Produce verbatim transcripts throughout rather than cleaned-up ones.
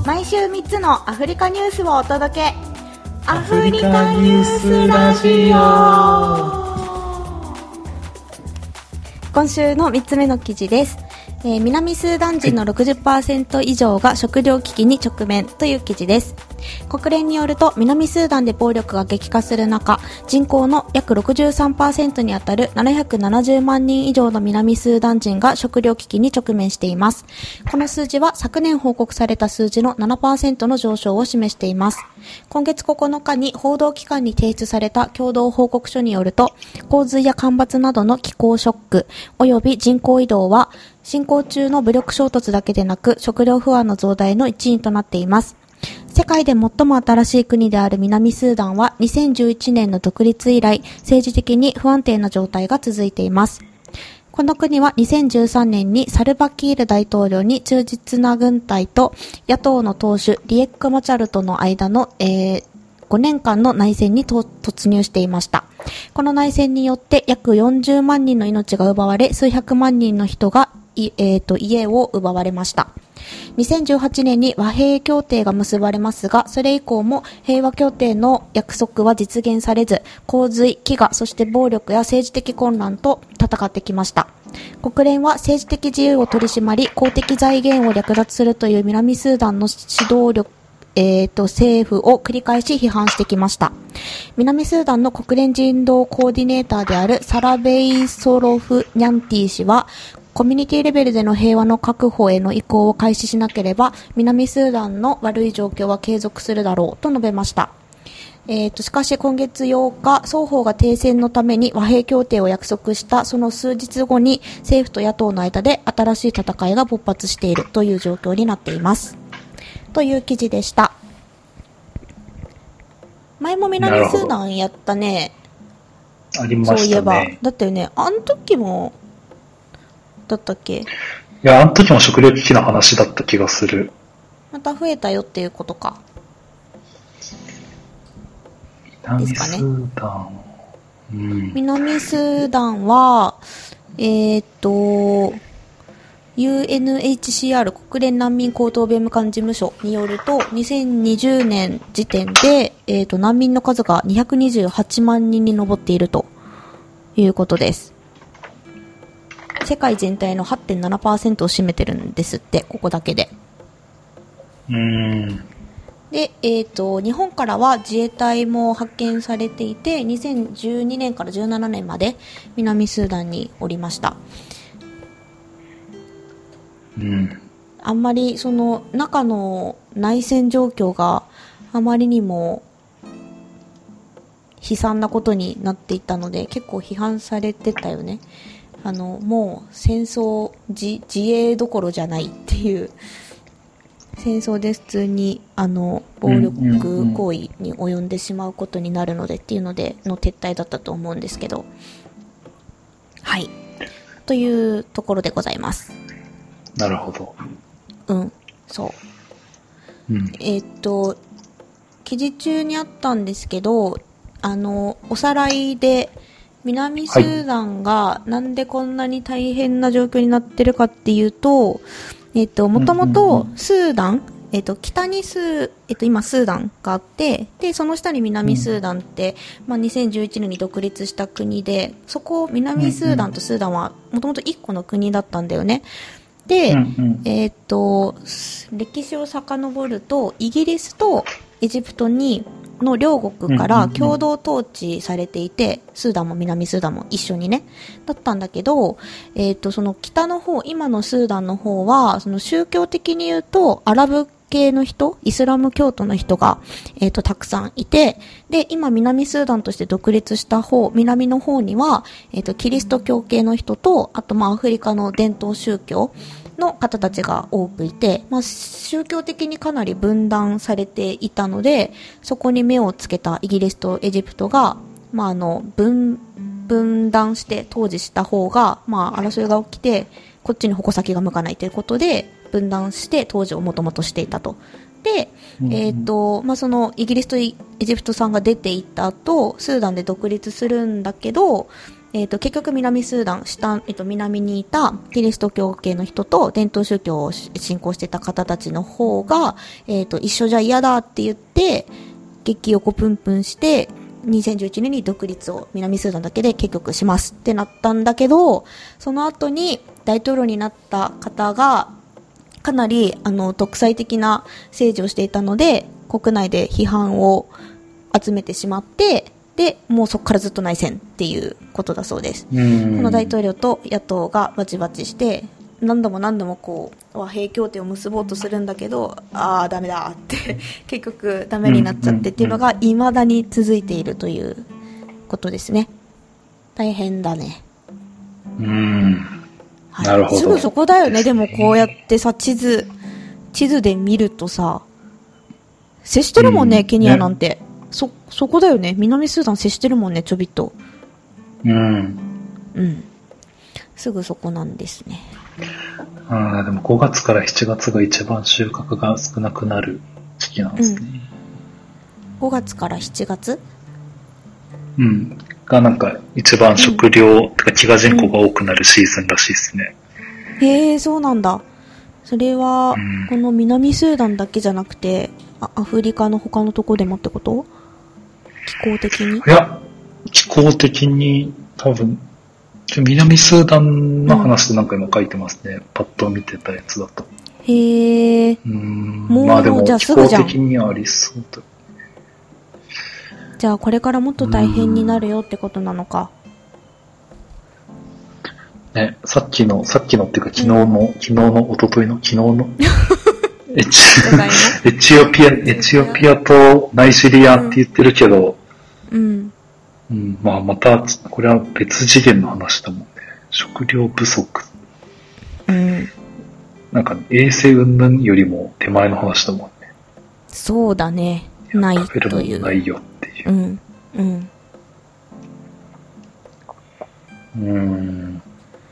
毎週みっつのアフリカニュースをお届け、アフリカニュースラジオ。今週のみっつめの記事です。えー、南スーダン人の ろくじゅっパーセント 以上が食糧危機に直面という記事です。国連によると、南スーダンで暴力が激化する中、人口の約 ろくじゅうさんパーセント にあたるななひゃくななじゅうまんにん以上の南スーダン人が食糧危機に直面しています。この数字は昨年報告された数字の ななパーセント の上昇を示しています。今月ここのかに報道機関に提出された共同報告書によると、洪水や干ばつなどの気候ショック及び人口移動は進行中の武力衝突だけでなく、食料不安の増大の一因となっています。世界で最も新しい国である南スーダンはにせんじゅういちねんの独立以来、政治的に不安定な状態が続いています。この国はにせんじゅうさんねんにサルバキール大統領に忠実な軍隊と野党の党首リエック・マチャルとの間の、えー、ごねんかんの内戦に突入していました。この内戦によって約よんじゅうまんにんの命が奪われ、数百万人の人がえーと、家を奪われました。にせんじゅうはちねんに和平協定が結ばれますが、それ以降も平和協定の約束は実現されず、洪水、飢餓、そして暴力や政治的混乱と戦ってきました。国連は政治的自由を取り締まり、公的財源を略奪するという南スーダンの指導力えーと、政府を繰り返し批判してきました。南スーダンの国連人道コーディネーターであるサラベイソロフ・ニャンティ氏は、コミュニティレベルでの平和の確保への移行を開始しなければ、南スーダンの悪い状況は継続するだろうと述べました。えーと、しかし今月ようか、双方が停戦のために和平協定を約束したその数日後に、政府と野党の間で新しい戦いが勃発しているという状況になっています。という記事でした。前も南スーダンやったね。 ありましたね。 そういえば。だってね、あの時も、だったっけ？ いや、あの時も食糧危機の話だった気がする。 また増えたよっていうことか。 南スーダン。うん、 南スーダンは、えーっと、ユーエヌエイチシーアール 国連難民高等弁務官事務所によると、にせんにじゅうねん時点で、えーと、難民の数がにひゃくにじゅうはちまんにんに上っているということです。世界全体の はってんななパーセント を占めてるんですって、ここだけで。 うーん。 で、えーと、日本からは自衛隊も派遣されていて、にせんじゅうにねんからじゅうななねんまで南スーダンにおりました。 うん、 あんまりその中の内戦状況があまりにも悲惨なことになっていたので、結構批判されてたよね。あのもう戦争 自, 自衛どころじゃないっていう、戦争で普通にあの暴力行為に及んでしまうことになるのでっていうのでの撤退だったと思うんですけど、はいというところでございます。 なるほど。 うん、そう。うん、えー、っと、記事中にあったんですけど、あの、おさらいで、南スーダンがなんでこんなに大変な状況になってるかっていうと、えー、っと、もともとスーダン、えー、っと、北にスー、えー、っと、今スーダンがあって、で、その下に南スーダンって、うん、まあ、にせんじゅういちねんに独立した国で、そこ、南スーダンとスーダンはもともといっこの国だったんだよね。で、うんうん、えー、っと歴史を遡ると、イギリスとエジプトにの両国から共同統治されていて、スーダンも南スーダンも一緒にねだったんだけど、えー、っとその北の方、今のスーダンの方はその宗教的に言うとアラブ系の人、イスラム教徒の人が、えー、とたくさんいて、で今南スーダンとして独立した方、南の方には、えー、とキリスト教系の人と、あとまあアフリカの伝統宗教の方たちが多くいて、まあ、宗教的にかなり分断されていたので、そこに目をつけたイギリスとエジプトが、まあ、あの 分, 分断して当時した方が、まあ、争いが起きてこっちに矛先が向かないということで分断して当時をもともとしていたと。で、えーとまあ、そのイギリスとエジプトさんが出ていった後、スーダンで独立するんだけど、 えっと、結局南スーダン、下、えっと、南にいたキリスト教系の人と伝統宗教を信仰してた方たちの方が、えっと、一緒じゃ嫌だって言って、激横プンプンして、にせんじゅういちねんに独立を南スーダンだけで結局しますってなったんだけど、その後に大統領になった方が、かなり、あの、独裁的な政治をしていたので、国内で批判を集めてしまって、で、もうそこからずっと内戦っていうことだそうです。この大統領と野党がバチバチして、何度も何度もこう、和平協定を結ぼうとするんだけど、ああ、ダメだって、結局ダメになっちゃってっていうのが未だに続いているということですね。大変だね。 うーん。はい、なるほど。 すぐそこだよね。でもこうやってさ、地図、地図で見るとさ、接してるもんね、うん、ケニアなんて。ね、そ、そこだよね。南スーダン接してるもんね、ちょびっと。 うん。 うん。すぐそこなんですね。 ああ、でもごがつからしちがつが一番収穫が少なくなる時期なんですね。うん、 ごがつからしちがつ？ うん。がなんか一番食料、うん、てか飢餓人口が多くなるシーズンらしいですね。 うん、へえ、そうなんだ。それは、うん、この南スーダンだけじゃなくて、アフリカの他のとこでもってこと？気候的に？いや、気候的に多分、南スーダンの話でなんか今書いてますね。うん、パッと見てたやつだと。 へえ。 うん。もう、まあでも気候的にはありそうだ。 じゃあこれからもっと大変になるよってことなのか。 ね、さっきの、さっきのっていうか昨日の、うん、昨日の、一昨日の、昨日の、エチエチオピア、エチオピアとナイジェリアって言ってるけど、 うん。 うん、まあまた、これは別次元の話だもんね。食料不足。 うん。 なんか衛生云々よりも手前の話だもんね。 そうだね。ないという。食べるものないよっていう。 うん。うん。 うーん。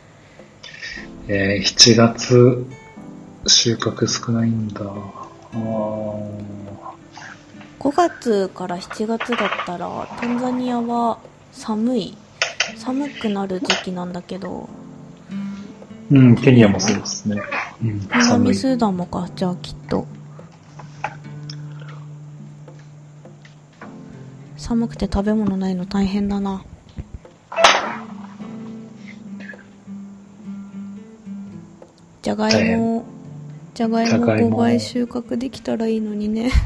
えー、しちがつ、収穫少ないんだ。あごがつからしちがつだったらタンザニアは寒い寒くなる時期なんだけど、 うん、ケニアもそうですね、うん、 南スーダンもか。じゃあきっと寒くて食べ物ないの大変だな。じゃがいもじゃがいもごばい収穫できたらいいのにね。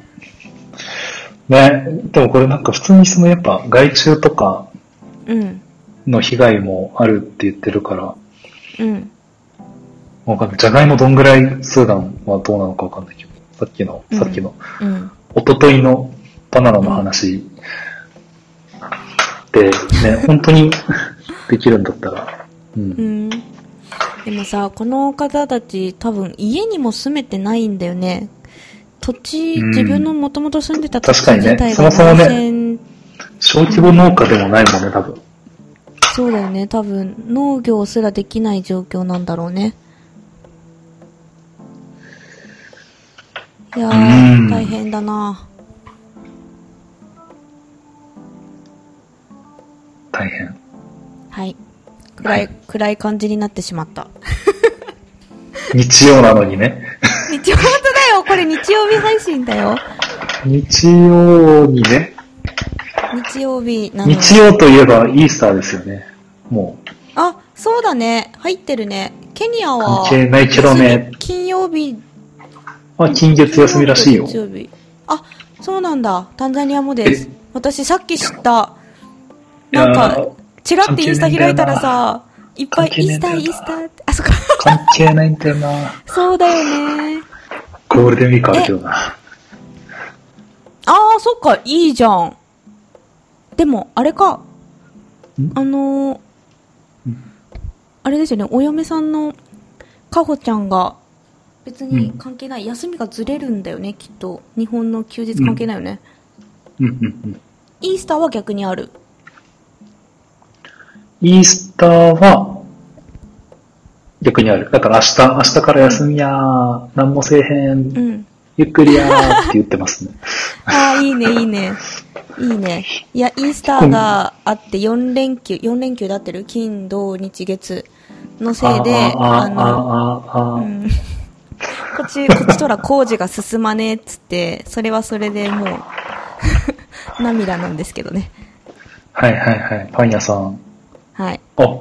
ね、でもこれなんか普通にそのやっぱ害虫とかの被害もあるって言ってるから、 うん。 わかんない。じゃがいもどんぐらいスーダンはどうなのかわかんないけど、さっきの、うん、さっきの、 うん、 一昨日のバナナの話で、ね、本当にできるんだったら、うん。 うんでもさ、この方たち多分家にも住めてないんだよね。土地、うん、自分のもともと住んでた土地自体が、ね、 そもそもね、小規模農家でもないもんね、多分。 そうだよね、多分農業すらできない状況なんだろうね。いやー、大変だな。 大変。 はい。暗い、はい、暗い感じになってしまった。 日曜なのにね。 日曜、本当だよ。これ日曜日配信だよ。 日曜にね。 日曜日なのに。 日曜といえばイースターですよね。もう。 あ、そうだね。入ってるね。ケニアは。 関係ないけどね。 金曜日。 あ、金月休みらしいよ。 日曜日。あ、そうなんだ。タンザニアもです。私さっき知った。なんか、チラってインスタ開いたらさ、いっぱいイースター、イースターって、あ、そっか。 関係ないんだよな。 そうだよね。 ゴールデンウィークあるけどな。ああ、そっか、いいじゃん。でも、あれか。あのー、あれですよね、お嫁さんのかほちゃんが、別に関係ない、うん、休みがずれるんだよね、きっと。日本の休日関係ないよね。 うんうんうんうん、 イースターは逆にある。 イースターは逆にある。だから明日、明日から休みやー、何もせえへん、うん、ゆっくりやーって言ってますね。 ああ、いいね、いいね。 いいね。いや、イースターがあってよん連休、よん連休で合ってる金、土、日、月のせいで、ああの、 あ、あうん、こっち、こっちとら工事が進まねえっつって、それはそれでもう、涙なんですけどね。 はいはいはい。パン屋さん。 はい。 お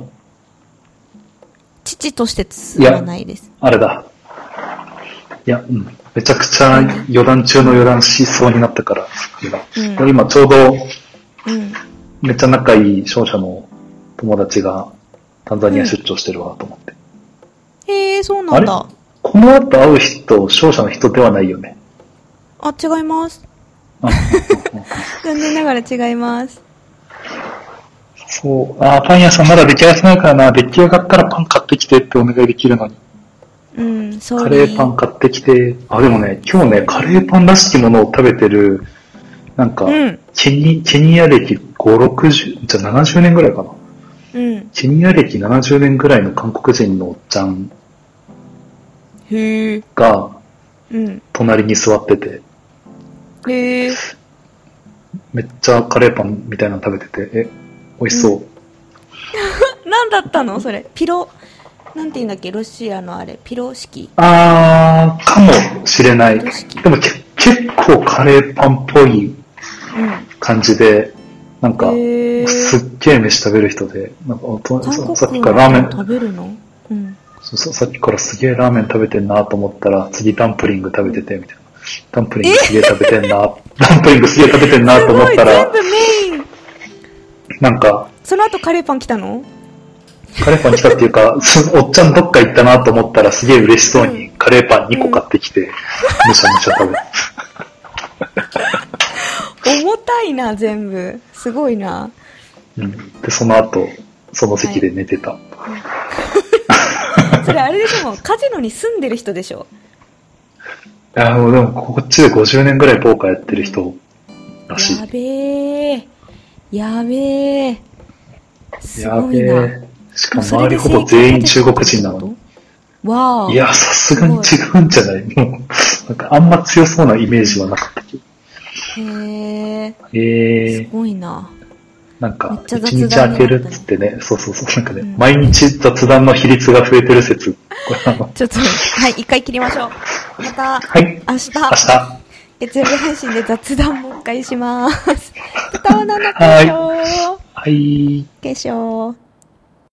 父として進まないです。 あれだ。いや、うん。めちゃくちゃ余談中の余談しそうになったから、うん、今ちょうど、めっちゃ仲いい商社の友達がタンザニア出張してるわと思って。 うん、へえ、そうなんだ。 あれこの後会う人、商社の人ではないよね。 あ、違います。残念ながら違います。 そう。あ、パン屋さんまだ出来上がってないからな。出来上がったらパン買ってきてってお願いできるのに。 うん、そう。 カレーパン買ってきて。あ、でもね、今日ね、カレーパンらしきものを食べてる、なんか、うん、ケニ、ケニア歴ご、ろくじゅう、じゃあななじゅうねんぐらいかな。うん。ケニア歴ななじゅうねんぐらいの韓国人のおっちゃんへが、うん。隣に座ってて。 へー。 めっちゃカレーパンみたいなの食べてて、え、美味しそう。うん、 何だったのそれ。ピロ、なんて言うんだっけロシアのあれ、ピロ式あー、かもしれない。でもけ結構カレーパンっぽい感じで、うん、なんか、すっげえ飯食べる人で、なんかさっきからラーメン、 食べるの、うん、 そうそう、さっきからすげえラーメン食べてんなと思ったら、次ダンプリング食べてて、みたいな。ダンプリングすげえ食べてんな、ダンプリングすげえ食べてんなと思ったら、 全部メインなんか、 その後カレーパン来たの？ カレーパン来たっていうか、おっちゃんどっか行ったなと思ったらすげえ嬉しそうにカレーパンにこ買ってきて、むしゃむしゃ食べる。重たいな、全部。すごいな。 うん。で、その後、その席で寝てた。はいうん、それあれでしょ、カジノに住んでる人でしょ？ いや、もうでもこっちでごじゅうねんぐらいポーカーやってる人らしい。 やべえ。やべえ。すごいな。やべえ。 しかも周りほぼ全員中国人なのに。 わー。 いや、さすがに違うんじゃないもう、なんかあんま強そうなイメージはなかったけど。 へー。 へー。 すごいな。 なんか、一日空けるっつってね、そうそうそう、なんかね、うん、毎日雑談の比率が増えてる説。 ちょっと、はい、一回切りましょう。また、 はい、 明日、 明日、 月曜日配信で雑談もう一回します。歌わなの化粧。 はい。 化粧。